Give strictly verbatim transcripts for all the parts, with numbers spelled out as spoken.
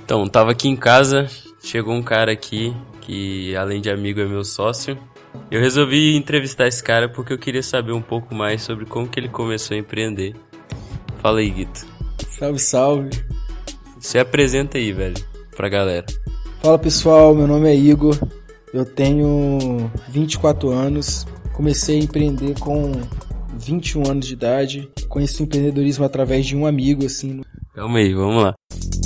Então, tava aqui em casa, chegou um cara aqui, que além de amigo é meu sócio. Eu resolvi entrevistar esse cara porque eu queria saber um pouco mais sobre como que ele começou a empreender. Fala aí, Guito. Salve, salve. Se apresenta aí, velho, pra galera. Fala, pessoal, meu nome é Igor, eu tenho vinte e quatro anos, comecei a empreender com vinte e um anos de idade, conheci o empreendedorismo através de um amigo, assim. Calma aí, vamos lá.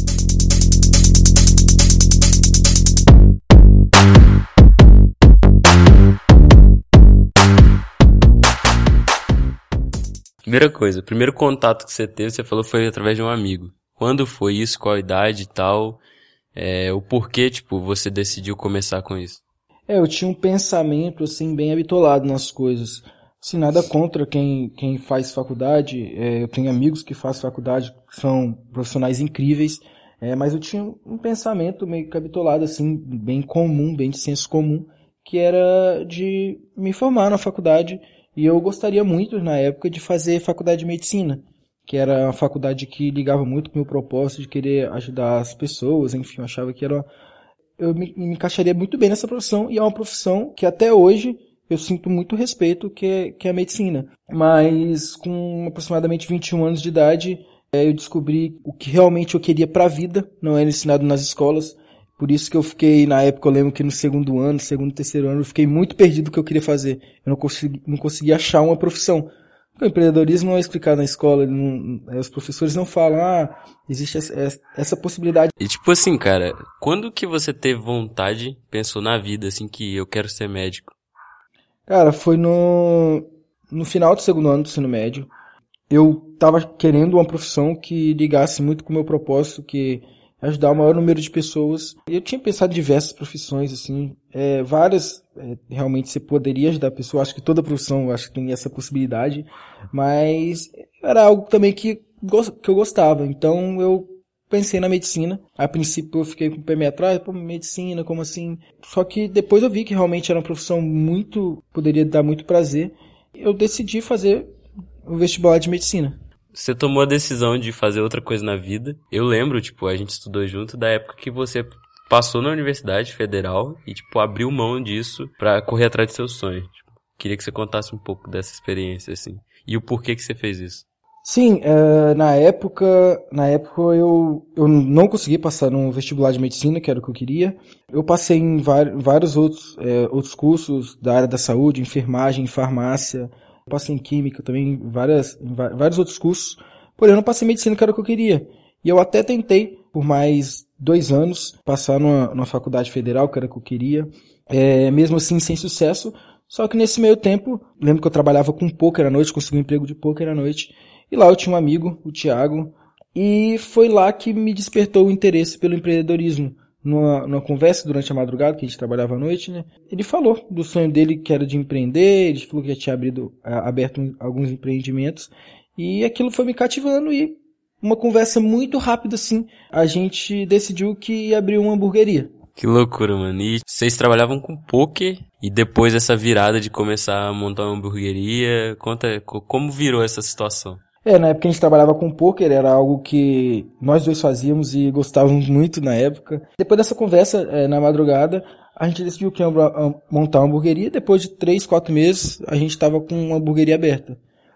Primeira coisa, o primeiro contato que você teve, você falou foi através de um amigo. Quando foi isso, qual a idade e tal, é, o porquê, tipo, você decidiu começar com isso? É, eu tinha um pensamento, assim, bem habitolado nas coisas. Assim, nada contra quem, quem faz faculdade, é, eu tenho amigos que fazem faculdade, que são profissionais incríveis, é, mas eu tinha um pensamento meio que habitolado, assim, bem comum, bem de senso comum, que era de me formar na faculdade. E eu gostaria muito, na época, de fazer faculdade de medicina, que era uma faculdade que ligava muito com o meu propósito de querer ajudar as pessoas, enfim, eu achava que era... eu me, me encaixaria muito bem nessa profissão, e é uma profissão que até hoje eu sinto muito respeito, que é, que é a medicina. Mas com aproximadamente vinte e um anos de idade, é, eu descobri o que realmente eu queria para a vida, não era ensinado nas escolas. Por isso que eu fiquei, na época, eu lembro que no segundo ano, segundo, terceiro ano, eu fiquei muito perdido do que eu queria fazer. Eu não consegui, não consegui achar uma profissão. Porque o empreendedorismo não é explicado na escola, não, os professores não falam, ah, existe essa, essa possibilidade. E tipo assim, cara, quando que você teve vontade, pensou na vida, assim, que eu quero ser médico? Cara, foi no, no final do segundo ano do ensino médio. Eu tava querendo uma profissão que ligasse muito com o meu propósito, que ajudar o maior número de pessoas. Eu tinha pensado em diversas profissões, assim, é, várias, é, realmente você poderia ajudar a pessoa, acho que toda profissão, acho que tem essa possibilidade, mas era algo também que, que eu gostava, então eu pensei na medicina. A princípio eu fiquei com o pé meio atrás, pô, medicina, como assim? Só que depois eu vi que realmente era uma profissão muito, poderia dar muito prazer, eu decidi fazer o vestibular de medicina. Você tomou a decisão de fazer outra coisa na vida. Eu lembro, tipo, a gente estudou junto da época que você passou na Universidade Federal e, tipo, abriu mão disso pra correr atrás de seus sonhos. Tipo, queria que você contasse um pouco dessa experiência, assim. E o porquê que você fez isso. Sim, uh, na época, na época eu, eu não consegui passar no vestibular de medicina, que era o que eu queria. Eu passei em vários outros, é, outros cursos da área da saúde, enfermagem, farmácia. Passei em química também, várias, vários outros cursos, porém eu não passei em medicina, que era o que eu queria. E eu até tentei, por mais dois anos, passar numa, numa faculdade federal, que era o que eu queria, é, mesmo assim sem sucesso. Só que nesse meio tempo, lembro que eu trabalhava com poker à noite, consegui um emprego de poker à noite, e lá eu tinha um amigo, o Thiago, e foi lá que me despertou o interesse pelo empreendedorismo. Numa, numa conversa durante a madrugada, que a gente trabalhava à noite, né? Ele falou do sonho dele, que era de empreender, ele falou que já tinha abrido, aberto alguns empreendimentos, e aquilo foi me cativando, e uma conversa muito rápida, assim, a gente decidiu que ia abrir uma hamburgueria. Que loucura, mano. E vocês trabalhavam com poker, e depois dessa virada de começar a montar uma hamburgueria, conta como virou essa situação? É, na época a gente trabalhava com poker, era algo que nós dois fazíamos e gostávamos muito na época. Depois dessa conversa, é, na madrugada, a gente decidiu que ia montar uma hamburgueria. Depois de três, quatro meses, a gente estava com uma hamburgueria aberta.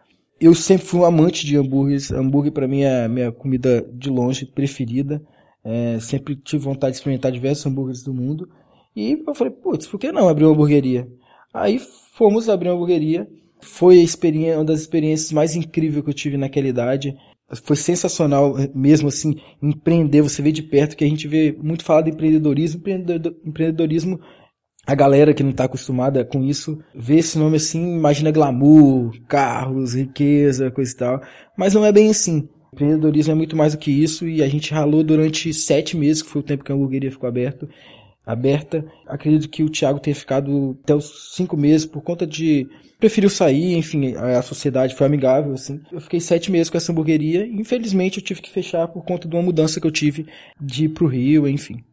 Eu sempre fui um amante de hambúrgueres. Hambúrguer para mim é a minha comida de longe preferida. É, sempre tive vontade de experimentar diversos hambúrgueres do mundo. E eu falei, putz, por que não abrir uma hamburgueria? Aí fomos abrir uma hamburgueria. Foi a experiência, uma das experiências mais incríveis que eu tive naquela idade. Foi sensacional mesmo, assim, empreender. Você vê de perto, que a gente vê muito falar de empreendedorismo. Empreendedorismo, a galera que não está acostumada com isso, vê esse nome assim, imagina glamour, carros, riqueza, coisa e tal. Mas não é bem assim. Empreendedorismo é muito mais do que isso, e a gente ralou durante sete meses, que foi o tempo que a hamburgueria ficou aberta. aberta. Acredito que o Thiago tenha ficado até os cinco meses por conta de... preferiu sair, enfim, a sociedade foi amigável, assim. Eu fiquei sete meses com essa hamburgueria e, infelizmente, eu tive que fechar por conta de uma mudança que eu tive de ir pro Rio, enfim.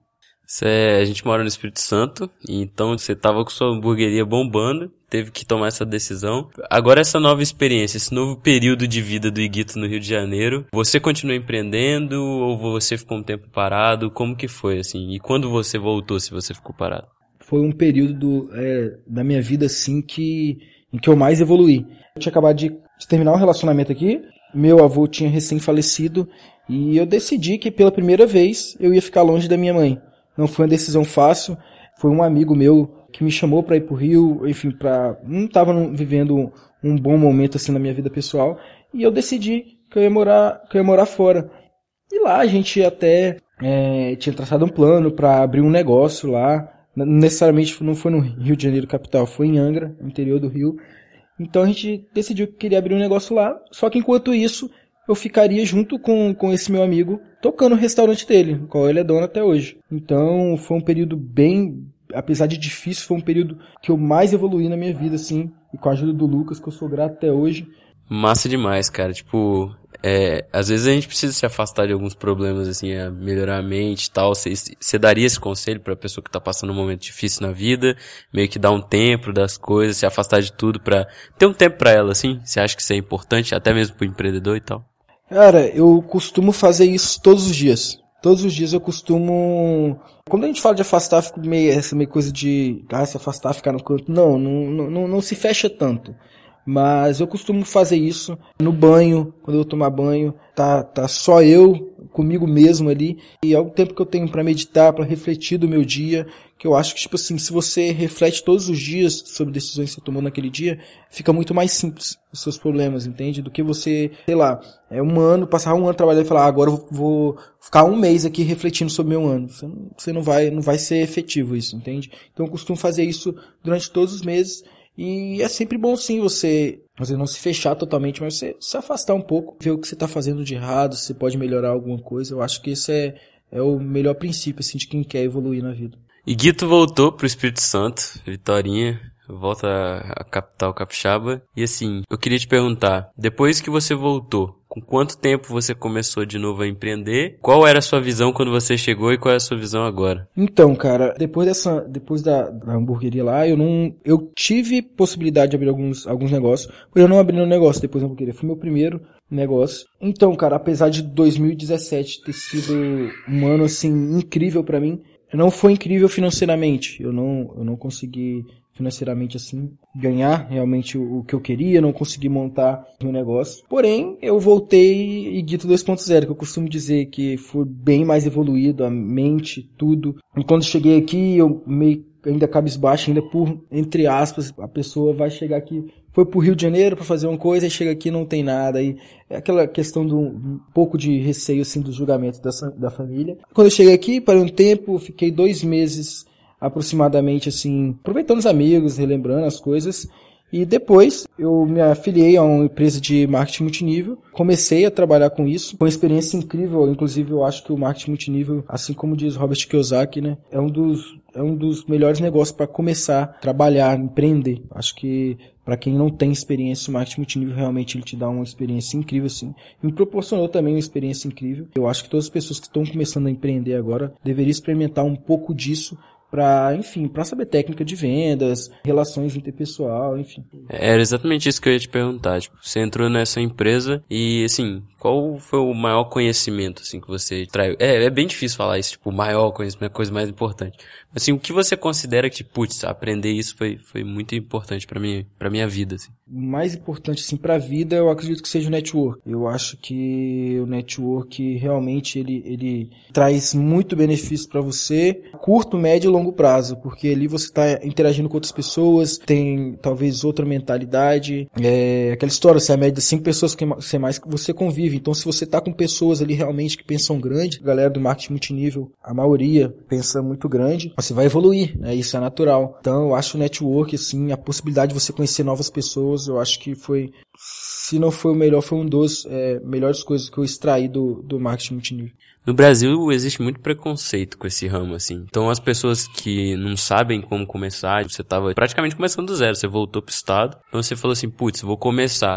Cê, a gente mora no Espírito Santo, então você tava com sua hamburgueria bombando, teve que tomar essa decisão. Agora essa nova experiência, esse novo período de vida do Iguito no Rio de Janeiro, você continuou empreendendo ou você ficou um tempo parado? Como que foi, assim? E quando você voltou, se você ficou parado? Foi um período é, da minha vida, assim, que, em que eu mais evoluí. Eu tinha acabado de, de terminar um relacionamento aqui, meu avô tinha recém-falecido e eu decidi que pela primeira vez eu ia ficar longe da minha mãe. Não foi uma decisão fácil, foi um amigo meu que me chamou para ir pro Rio, enfim, pra, não estava vivendo um bom momento assim na minha vida pessoal, e eu decidi que eu ia morar, que eu ia morar fora. E lá a gente até é, tinha traçado um plano para abrir um negócio lá, não necessariamente não foi no Rio de Janeiro capital, foi em Angra, no interior do Rio. Então a gente decidiu que queria abrir um negócio lá, só que enquanto isso eu ficaria junto com, com esse meu amigo, tocando o restaurante dele, no qual ele é dono até hoje. Então foi um período bem, apesar de difícil, foi um período que eu mais evoluí na minha vida, assim, e com a ajuda do Lucas, que eu sou grato até hoje. Massa demais, cara, tipo, é, às vezes a gente precisa se afastar de alguns problemas, assim, a melhorar a mente e tal. Você daria esse conselho pra pessoa que tá passando um momento difícil na vida, meio que dar um tempo das coisas, se afastar de tudo pra ter um tempo pra ela, assim? Você acha que isso é importante, até mesmo pro empreendedor e tal? Cara, eu costumo fazer isso todos os dias. Todos os dias eu costumo... Quando a gente fala de afastar, fica meio, essa meio coisa de ah, se afastar, ficar no canto. Não, não, não, não se fecha tanto. Mas eu costumo fazer isso no banho, quando eu tomar banho, tá, tá só eu comigo mesmo ali, e é o tempo que eu tenho pra meditar, pra refletir do meu dia, que eu acho que, tipo assim, se você reflete todos os dias sobre decisões que você tomou naquele dia, fica muito mais simples os seus problemas, entende? Do que você, sei lá, é um ano, passar um ano trabalhando e falar, ah, agora eu vou ficar um mês aqui refletindo sobre o meu ano. Você não, você não vai, não vai ser efetivo isso, entende? Então eu costumo fazer isso durante todos os meses. E é sempre bom sim você, você não se fechar totalmente, mas você se afastar um pouco, ver o que você está fazendo de errado, se você pode melhorar alguma coisa. Eu acho que esse é, é o melhor princípio assim, de quem quer evoluir na vida. Iguito voltou pro Espírito Santo, Vitorinha, volta à capital capixaba. E assim, eu queria te perguntar, depois que você voltou, com quanto tempo você começou de novo a empreender? Qual era a sua visão quando você chegou e qual é a sua visão agora? Então, cara, depois dessa, depois da, da hamburgueria lá, eu não, eu tive possibilidade de abrir alguns, alguns negócios, mas eu não abri nenhum negócio depois da hamburgueria. Foi meu primeiro negócio. Então, cara, apesar de dois mil e dezessete ter sido um ano, assim, incrível pra mim, não foi incrível financeiramente. Eu não, eu não consegui financeiramente assim, ganhar realmente o, o que eu queria, não consegui montar meu negócio. Porém, eu voltei e Iguito dois ponto zero, que eu costumo dizer que foi bem mais evoluído, a mente, tudo. E quando cheguei aqui, eu meio ainda cabisbaixo, ainda por, entre aspas, a pessoa vai chegar aqui, foi pro Rio de Janeiro para fazer uma coisa e chega aqui e não tem nada. E é aquela questão de um, um pouco de receio, assim, dos julgamentos dessa, da família. Quando eu cheguei aqui, parei um tempo, fiquei dois meses aproximadamente, assim, aproveitando os amigos, relembrando as coisas. E depois eu me afiliei a uma empresa de marketing multinível, comecei a trabalhar com isso, foi uma experiência incrível. Inclusive eu acho que o marketing multinível, assim como diz Robert Kiyosaki, né, é um dos, é um dos melhores negócios para começar a trabalhar, empreender. Acho que para quem não tem experiência, o marketing multinível realmente ele te dá uma experiência incrível, assim. Me proporcionou também uma experiência incrível. Eu acho que todas as pessoas que estão começando a empreender agora deveriam experimentar um pouco disso, para, enfim, para saber técnica de vendas, relações interpessoal, enfim. Era exatamente isso que eu ia te perguntar. Tipo, você entrou nessa empresa e, assim, qual foi o maior conhecimento, assim, que você traiu? É, é bem difícil falar isso, tipo, o maior conhecimento é a coisa mais importante. Mas, assim, o que você considera que, putz, aprender isso foi, foi muito importante pra mim, pra minha vida, assim? O mais importante, assim, pra vida, eu acredito que seja o network. Eu acho que o network, realmente, ele, ele traz muito benefício pra você, curto, médio e longo prazo, porque ali você está interagindo com outras pessoas, tem talvez outra mentalidade, é aquela história, se é a média de cinco pessoas que você mais que você convive, então se você está com pessoas ali realmente que pensam grande, a galera do marketing multinível, a maioria pensa muito grande, você vai evoluir, né? Isso é natural. Então eu acho o network, assim, a possibilidade de você conhecer novas pessoas, eu acho que foi, se não foi o melhor, foi um dos é, melhores coisas que eu extraí do, do marketing multinível. No Brasil existe muito preconceito com esse ramo, assim. Então as pessoas que não sabem como começar, você estava praticamente começando do zero, você voltou pro estado, então você falou assim, putz, vou começar.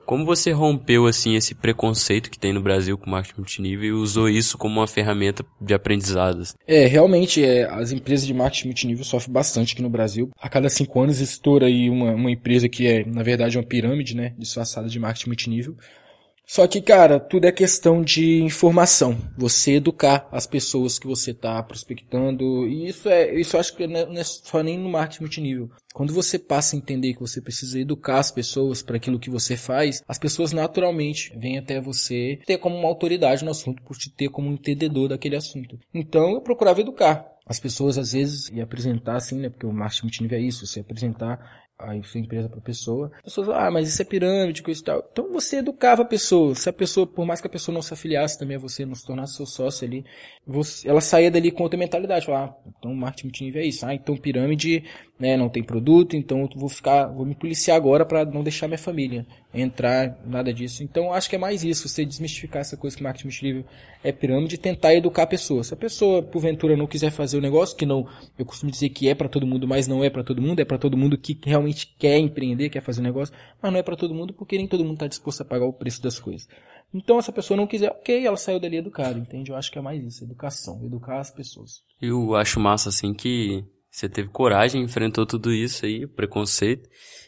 Como você rompeu, assim, esse preconceito que tem no Brasil com marketing multinível e usou isso como uma ferramenta de aprendizado? É, realmente, é, as empresas de marketing multinível sofrem bastante aqui no Brasil. A cada cinco anos estoura aí uma, uma empresa que é, na verdade, uma pirâmide, né, disfarçada de marketing multinível. Só que, cara, tudo é questão de informação. Você educar as pessoas que você está prospectando. E isso é, isso eu acho que não é só nem no marketing multinível. Quando você passa a entender que você precisa educar as pessoas para aquilo que você faz, as pessoas naturalmente vêm até você ter como uma autoridade no assunto, por te ter como um entendedor daquele assunto. Então, eu procurava educar as pessoas, às vezes, e apresentar assim, né? Porque o marketing multinível é isso, você apresentar a sua empresa para a pessoa. As pessoas falam, ah, mas isso é pirâmide, coisa e tal. Então você educava a pessoa. Se a pessoa, por mais que a pessoa não se afiliasse também a você, não se tornasse seu sócio ali, você, ela saía dali com outra mentalidade. Falava, ah, então marketing multinível é isso. Ah, então pirâmide, né, não tem produto, então eu vou ficar, vou me policiar agora para não deixar minha família entrar, nada disso. Então acho que é mais isso, você desmistificar essa coisa que marketing multinível é pirâmide e tentar educar a pessoa. Se a pessoa, porventura, não quiser fazer o negócio, que não, eu costumo dizer que é para todo mundo, mas não é para todo mundo, é para todo mundo que realmente quer empreender, quer fazer negócio, mas não é para todo mundo porque nem todo mundo está disposto a pagar o preço das coisas. Então, se a pessoa não quiser, ok, ela saiu dali educada, entende? Eu acho que é mais isso, educação, educar as pessoas. Eu acho massa, assim, que você teve coragem, enfrentou tudo isso aí, preconceito,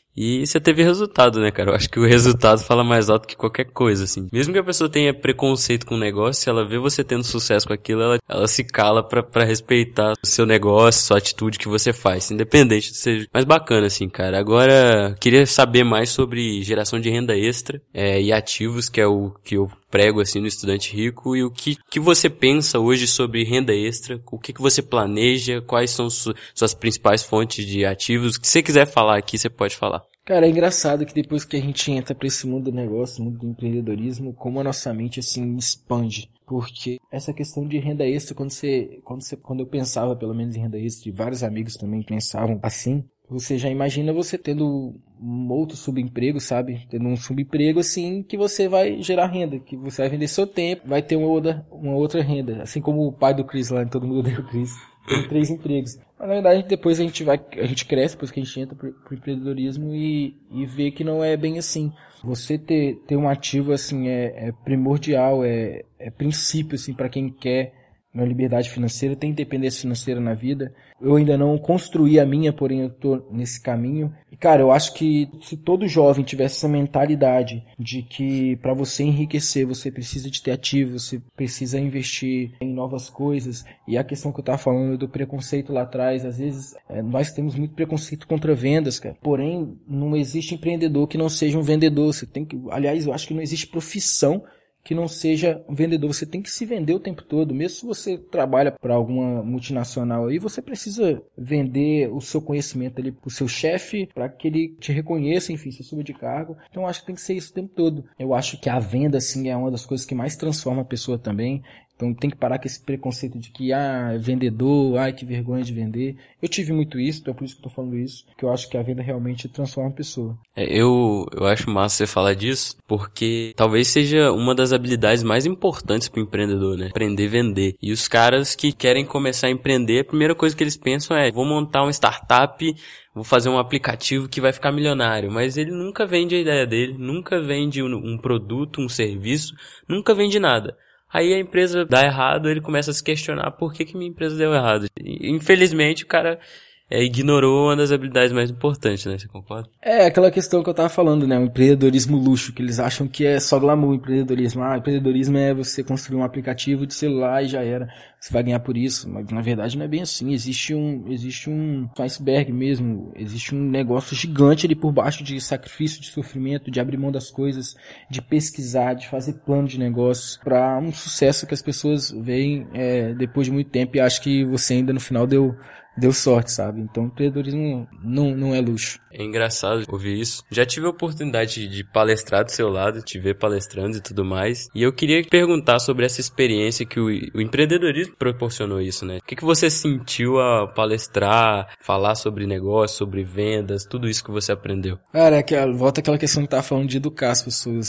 e você teve resultado, né, cara? Eu acho que o resultado fala mais alto que qualquer coisa, assim. Mesmo que a pessoa tenha preconceito com o negócio, se ela vê você tendo sucesso com aquilo, ela, ela se cala pra, pra respeitar o seu negócio, sua atitude que você faz, independente de ser mais bacana, assim, cara. Agora, queria saber mais sobre geração de renda extra é, e ativos, que é o que eu prego, assim, no Estudante Rico, e o que, que você pensa hoje sobre renda extra, o que, que você planeja, quais são su, suas principais fontes de ativos. Se você quiser falar aqui, você pode falar. Cara, é engraçado que depois que a gente entra pra esse mundo do negócio, mundo do empreendedorismo, como a nossa mente, assim, expande. Porque essa questão de renda extra, quando você, quando você, quando eu pensava, pelo menos, em renda extra, e vários amigos também pensavam assim, você já imagina você tendo um outro subemprego, sabe? Tendo um subemprego, assim, que você vai gerar renda, que você vai vender seu tempo, vai ter uma outra, uma outra renda. Assim como o pai do Chris lá, todo mundo odeia o Chris, tem três empregos. Mas, na verdade, depois a gente vai, a gente cresce, depois que a gente entra pro, pro empreendedorismo e, e vê que não é bem assim. Você ter, ter um ativo, assim, é, é primordial, é, é princípio, assim, para quem quer uma liberdade financeira, tem independência financeira na vida. Eu ainda não construí a minha, porém eu tô nesse caminho. E, cara, eu acho que se todo jovem tivesse essa mentalidade de que para você enriquecer, você precisa de ter ativo, você precisa investir em novas coisas. E a questão que eu tava falando do preconceito lá atrás, às vezes é, nós temos muito preconceito contra vendas, cara. Porém, não existe empreendedor que não seja um vendedor. Você tem que, aliás, eu acho que não existe profissão que não seja um vendedor. Você tem que se vender o tempo todo. Mesmo se você trabalha para alguma multinacional aí, você precisa vender o seu conhecimento ali pro seu chefe, para que ele te reconheça, enfim, você suba de cargo. Então eu acho que tem que ser isso o tempo todo. Eu acho que a venda, assim, é uma das coisas que mais transforma a pessoa também. Então tem que parar com esse preconceito de que, ah, vendedor, ai, que vergonha de vender. Eu tive muito isso, então é por isso que eu tô falando isso, que eu acho que a venda realmente transforma a pessoa. É, eu, eu acho massa você falar disso, porque talvez seja uma das habilidades mais importantes pro empreendedor, né? Aprender a vender. E os caras que querem começar a empreender, a primeira coisa que eles pensam é, vou montar uma startup, vou fazer um aplicativo que vai ficar milionário. Mas ele nunca vende a ideia dele, nunca vende um, um produto, um serviço, nunca vende nada. Aí a empresa dá errado, ele começa a se questionar por que que minha empresa deu errado. E, infelizmente o cara é, ignorou uma das habilidades mais importantes, né? Você concorda? É, aquela questão que eu tava falando, né? O empreendedorismo luxo, que eles acham que é só glamour o empreendedorismo. Ah, empreendedorismo é você construir um aplicativo de celular e já era. Você vai ganhar por isso. Mas na verdade não é bem assim. Existe um, existe um iceberg mesmo. Existe um negócio gigante ali por baixo de sacrifício, de sofrimento, de abrir mão das coisas, de pesquisar, de fazer plano de negócio para um sucesso que as pessoas veem é, depois de muito tempo e acham que você ainda no final deu deu sorte, sabe? Então, empreendedorismo não, não é luxo. É engraçado ouvir isso. Já tive a oportunidade de palestrar do seu lado, te ver palestrando e tudo mais. E eu queria perguntar sobre essa experiência que o, o empreendedorismo proporcionou isso, né? O que, que você sentiu ao palestrar, falar sobre negócio, sobre vendas, tudo isso que você aprendeu? Cara, é que volta àquela questão que tava falando de educar as pessoas, né?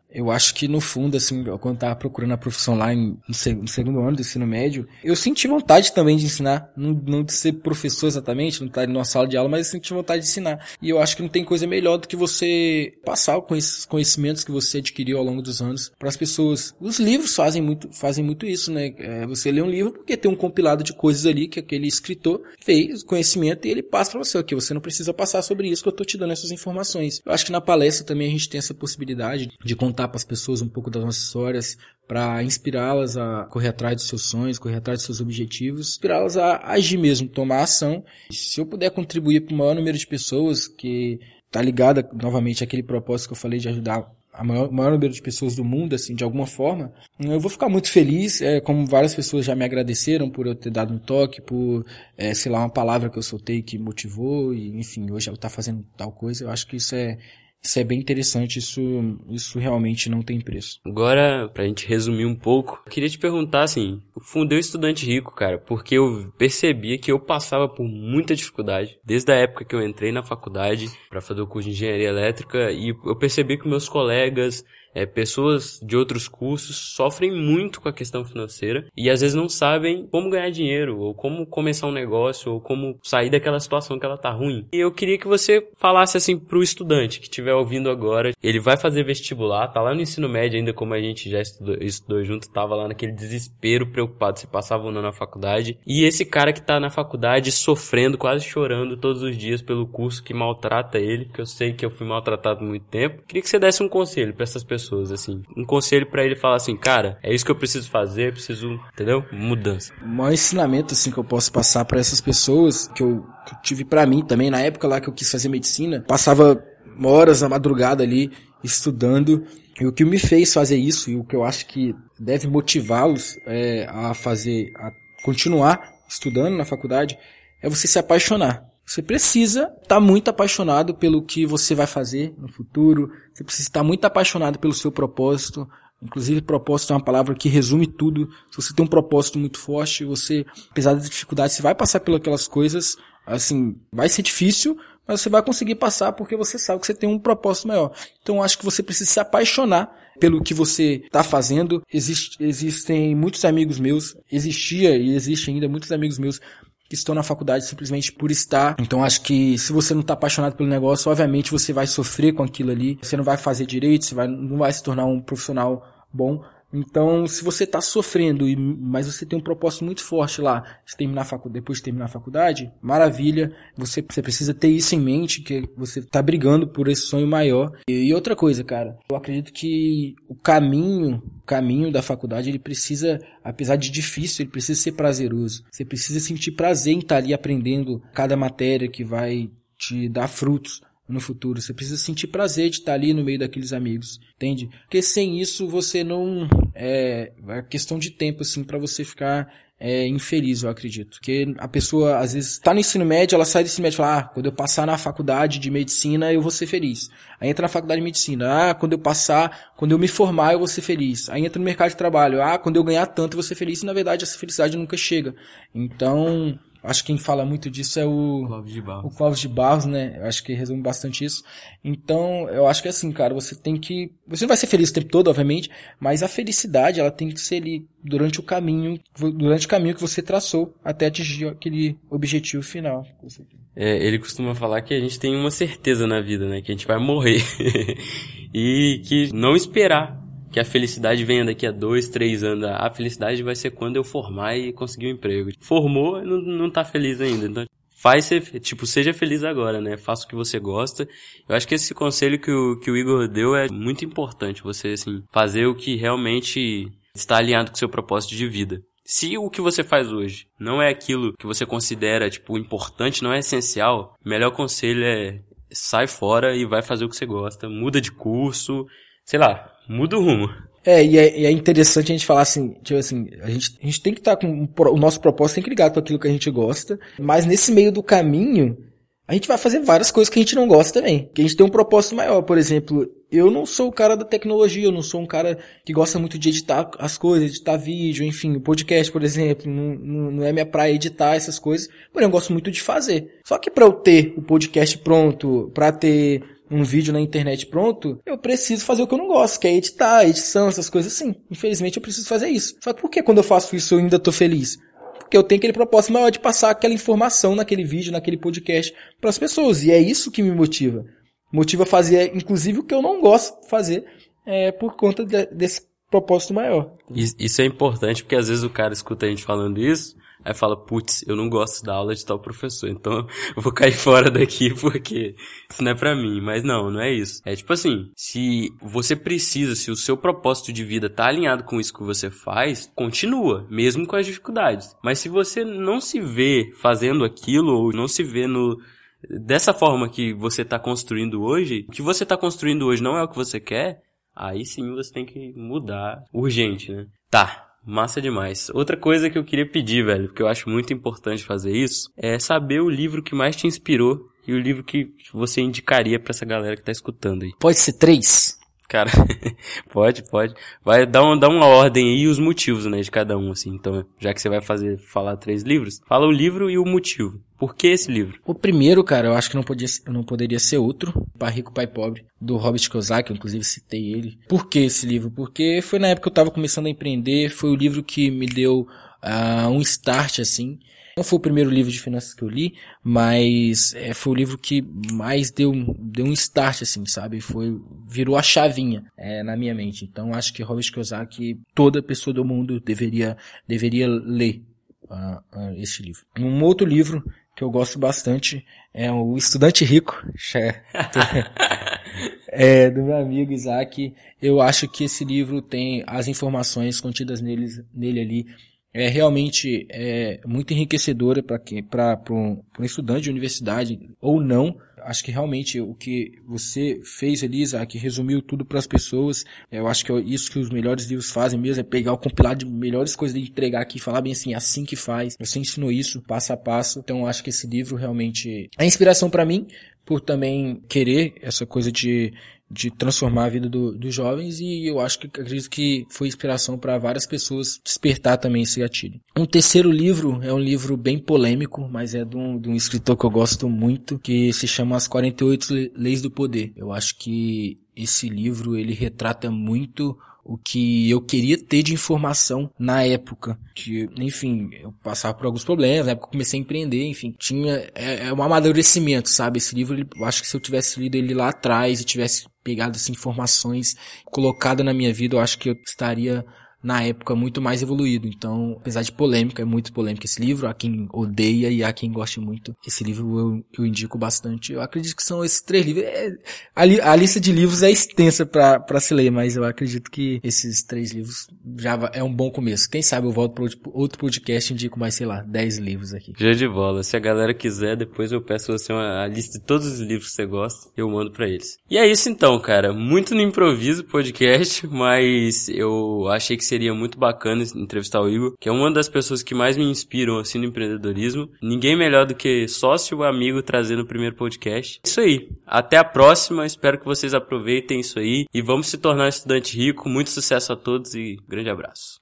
Eu acho que no fundo, assim, quando eu tava procurando a profissão lá em, no, seg- no segundo ano do ensino médio, eu senti vontade também de ensinar, não, não de ser professor exatamente, não estar numa sala de aula, mas eu senti vontade de ensinar. E eu acho que não tem coisa melhor do que você passar com esses conhecimentos que você adquiriu ao longo dos anos para as pessoas. Os livros fazem muito, fazem muito isso, né? É, você lê um livro porque tem um compilado de coisas ali que aquele escritor fez, conhecimento, e ele passa para você, ok, você não precisa passar sobre isso que eu tô te dando essas informações. Eu acho que na palestra também a gente tem essa possibilidade de contar para as pessoas um pouco das nossas histórias, para inspirá-las a correr atrás dos seus sonhos, correr atrás dos seus objetivos, inspirá-las a agir mesmo, tomar ação. Se eu puder contribuir para o maior número de pessoas que tá ligada novamente àquele propósito que eu falei de ajudar a maior, maior número de pessoas do mundo, assim, de alguma forma, eu vou ficar muito feliz, é, como várias pessoas já me agradeceram por eu ter dado um toque, por, é, sei lá, uma palavra que eu soltei que motivou, e enfim, hoje ela tá fazendo tal coisa. Eu acho que isso é Isso é bem interessante, isso, isso realmente não tem preço. Agora, pra gente resumir um pouco, eu queria te perguntar, assim, eu fundei o Estudante Rico, cara, porque eu percebia que eu passava por muita dificuldade, desde a época que eu entrei na faculdade pra fazer o curso de Engenharia Elétrica, e eu percebi que meus colegas, É, pessoas de outros cursos sofrem muito com a questão financeira e às vezes não sabem como ganhar dinheiro, ou como começar um negócio, ou como sair daquela situação que ela tá ruim. E eu queria que você falasse assim pro estudante que estiver ouvindo agora, ele vai fazer vestibular, tá lá no ensino médio ainda, como a gente já estudou, estudou junto, tava lá naquele desespero, preocupado se passava ou não na faculdade, e esse cara que tá na faculdade sofrendo, quase chorando todos os dias pelo curso que maltrata ele, que eu sei que eu fui maltratado por muito tempo. Queria que você desse um conselho pra essas pessoas. pessoas, assim, um conselho pra ele falar assim, cara, é isso que eu preciso fazer, eu preciso, entendeu? Mudança. O maior ensinamento, assim, que eu posso passar pra essas pessoas, que eu, que eu tive pra mim também, na época lá que eu quis fazer medicina, passava horas na madrugada ali, estudando, e o que me fez fazer isso, e o que eu acho que deve motivá-los é, a fazer, a continuar estudando na faculdade, é você se apaixonar. Você precisa estar muito apaixonado pelo que você vai fazer no futuro. Você precisa estar muito apaixonado pelo seu propósito. Inclusive, propósito é uma palavra que resume tudo. Se você tem um propósito muito forte, você, apesar das dificuldades, você vai passar pelas aquelas coisas. Assim, vai ser difícil, mas você vai conseguir passar porque você sabe que você tem um propósito maior. Então, eu acho que você precisa se apaixonar pelo que você está fazendo. Existe, existem muitos amigos meus, existia e existe ainda muitos amigos meus que estão na faculdade simplesmente por estar. Então acho que se você não está apaixonado pelo negócio, obviamente você vai sofrer com aquilo ali, você não vai fazer direito, você vai, não vai se tornar um profissional bom. Então, se você está sofrendo, mas você tem um propósito muito forte lá, de terminar a facu- depois de terminar a faculdade, maravilha, você, você precisa ter isso em mente, que você está brigando por esse sonho maior. E, e outra coisa, cara, eu acredito que o caminho, o caminho da faculdade, ele precisa, apesar de difícil, ele precisa ser prazeroso. Você precisa sentir prazer em estar ali aprendendo cada matéria que vai te dar frutos no futuro. Você precisa sentir prazer de estar ali no meio daqueles amigos, entende? Porque sem isso você não... É, é questão de tempo, assim, pra você ficar é, infeliz, eu acredito. Porque a pessoa, às vezes, tá no ensino médio, ela sai do ensino médio e fala, ah, quando eu passar na faculdade de medicina, eu vou ser feliz. Aí entra na faculdade de medicina, ah, quando eu passar, quando eu me formar, eu vou ser feliz. Aí entra no mercado de trabalho, ah, quando eu ganhar tanto, eu vou ser feliz. E, na verdade, essa felicidade nunca chega. Então... Acho que quem fala muito disso é o Clóvis de Barros. o Clóvis de Barros, né? Eu acho que resume bastante isso. Então, eu acho que é assim, cara, você tem que... Você não vai ser feliz o tempo todo, obviamente, mas a felicidade, ela tem que ser ali durante o caminho, durante o caminho que você traçou até atingir aquele objetivo final. É, ele costuma falar que a gente tem uma certeza na vida, né? Que a gente vai morrer. E que não esperar que a felicidade venha daqui a dois, três anos. A felicidade vai ser quando eu formar e conseguir um emprego. Formou, não, não tá feliz ainda. Então, faz ser, tipo, seja feliz agora, né? Faça o que você gosta. Eu acho que esse conselho que o, que o Igor deu é muito importante. Você, assim, fazer o que realmente está alinhado com o seu propósito de vida. Se o que você faz hoje não é aquilo que você considera, tipo, importante, não é essencial, o melhor conselho é sai fora e vai fazer o que você gosta. Muda de curso, sei lá, muda o rumo. É, e é, e é interessante a gente falar assim, tipo assim, a gente, a gente tem que estar tá com o nosso propósito, tem que ligar com aquilo que a gente gosta, mas nesse meio do caminho, a gente vai fazer várias coisas que a gente não gosta também, que a gente tem um propósito maior. Por exemplo, eu não sou o cara da tecnologia, eu não sou um cara que gosta muito de editar as coisas, editar vídeo, enfim, o podcast, por exemplo, não, não, não é minha praia editar essas coisas, porém eu gosto muito de fazer. Só que para eu ter o podcast pronto, para ter um vídeo na internet pronto, eu preciso fazer o que eu não gosto, que é editar, edição, essas coisas assim. Infelizmente eu preciso fazer isso. Só que por que quando eu faço isso eu ainda tô feliz? Porque eu tenho aquele propósito maior de passar aquela informação naquele vídeo, naquele podcast para as pessoas. E é isso que me motiva. Motiva a fazer, inclusive, o que eu não gosto de fazer é, por conta de, desse propósito maior. Isso é importante porque às vezes o cara escuta a gente falando isso, aí fala, putz, eu não gosto da aula de tal professor, então eu vou cair fora daqui porque isso não é pra mim. Mas não, não é isso. É tipo assim, se você precisa, se o seu propósito de vida tá alinhado com isso que você faz, continua, mesmo com as dificuldades. Mas se você não se vê fazendo aquilo, ou não se vê no... dessa forma que você tá construindo hoje, o que você tá construindo hoje não é o que você quer, aí sim você tem que mudar urgente, né? Tá. Massa demais. Outra coisa que eu queria pedir, velho, porque eu acho muito importante fazer isso, é saber o livro que mais te inspirou e o livro que você indicaria pra essa galera que tá escutando aí. Pode ser três? Cara, pode, pode. Vai dar uma, dar uma ordem aí e os motivos, né, de cada um, assim. Então, já que você vai fazer, falar três livros, fala o livro e o motivo. Por que esse livro? O primeiro, cara, eu acho que não, podia, não poderia ser outro. Pai Rico, Pai Pobre, do Robert Kiyosaki, eu inclusive citei ele. Por que esse livro? Porque foi na época que eu tava começando a empreender, foi o livro que me deu uh, um start, assim. Não foi o primeiro livro de finanças que eu li, mas é, foi o livro que mais deu, deu um start, assim, sabe? Foi, virou a chavinha é, na minha mente. Então, acho que Robert Kiyosaki, toda pessoa do mundo deveria, deveria ler uh, uh, este livro. Um outro livro que eu gosto bastante é o Estudante Rico, é, do meu amigo Isaac. Eu acho que esse livro tem as informações contidas nele, nele ali, é realmente é, muito enriquecedora para quem, para um, um estudante de universidade ou não. Acho que realmente o que você fez ali, Isaac, resumiu tudo para as pessoas. Eu acho que é isso que os melhores livros fazem mesmo, é pegar o compilado de melhores coisas e entregar aqui e falar bem assim, assim que faz. Você ensinou isso, passo a passo. Então acho que esse livro realmente é inspiração para mim, por também querer essa coisa de de transformar a vida do, dos jovens, e eu acho que acredito que foi inspiração para várias pessoas despertar também esse gatilho. Um terceiro livro é um livro bem polêmico, mas é de um, de um escritor que eu gosto muito, que se chama As quarenta e oito Leis do Poder. Eu acho que esse livro, ele retrata muito o que eu queria ter de informação na época, que, enfim, eu passava por alguns problemas, na época eu comecei a empreender, enfim, tinha, é, é um amadurecimento, sabe, esse livro, ele, eu acho que se eu tivesse lido ele lá atrás e tivesse pegado essas informações colocada na minha vida, eu acho que eu estaria na época muito mais evoluído. Então, apesar de polêmica, é muito polêmico esse livro, há quem odeia e há quem goste muito. Esse livro eu, eu indico bastante. Eu acredito que são esses três livros. É, a, li, a lista de livros é extensa pra, pra se ler, mas eu acredito que esses três livros já é um bom começo. Quem sabe eu volto para outro podcast e indico mais, sei lá, dez livros aqui. Já de bola. Se a galera quiser, depois eu peço você uma a lista de todos os livros que você gosta e eu mando pra eles. E é isso então, cara. Muito no improviso podcast, mas eu achei que seria muito bacana entrevistar o Igor, que é uma das pessoas que mais me inspiram assim no empreendedorismo. Ninguém melhor do que sócio amigo trazendo o primeiro podcast. Isso aí. Até a próxima. Espero que vocês aproveitem isso aí e vamos se tornar um estudante rico. Muito sucesso a todos e grande abraço.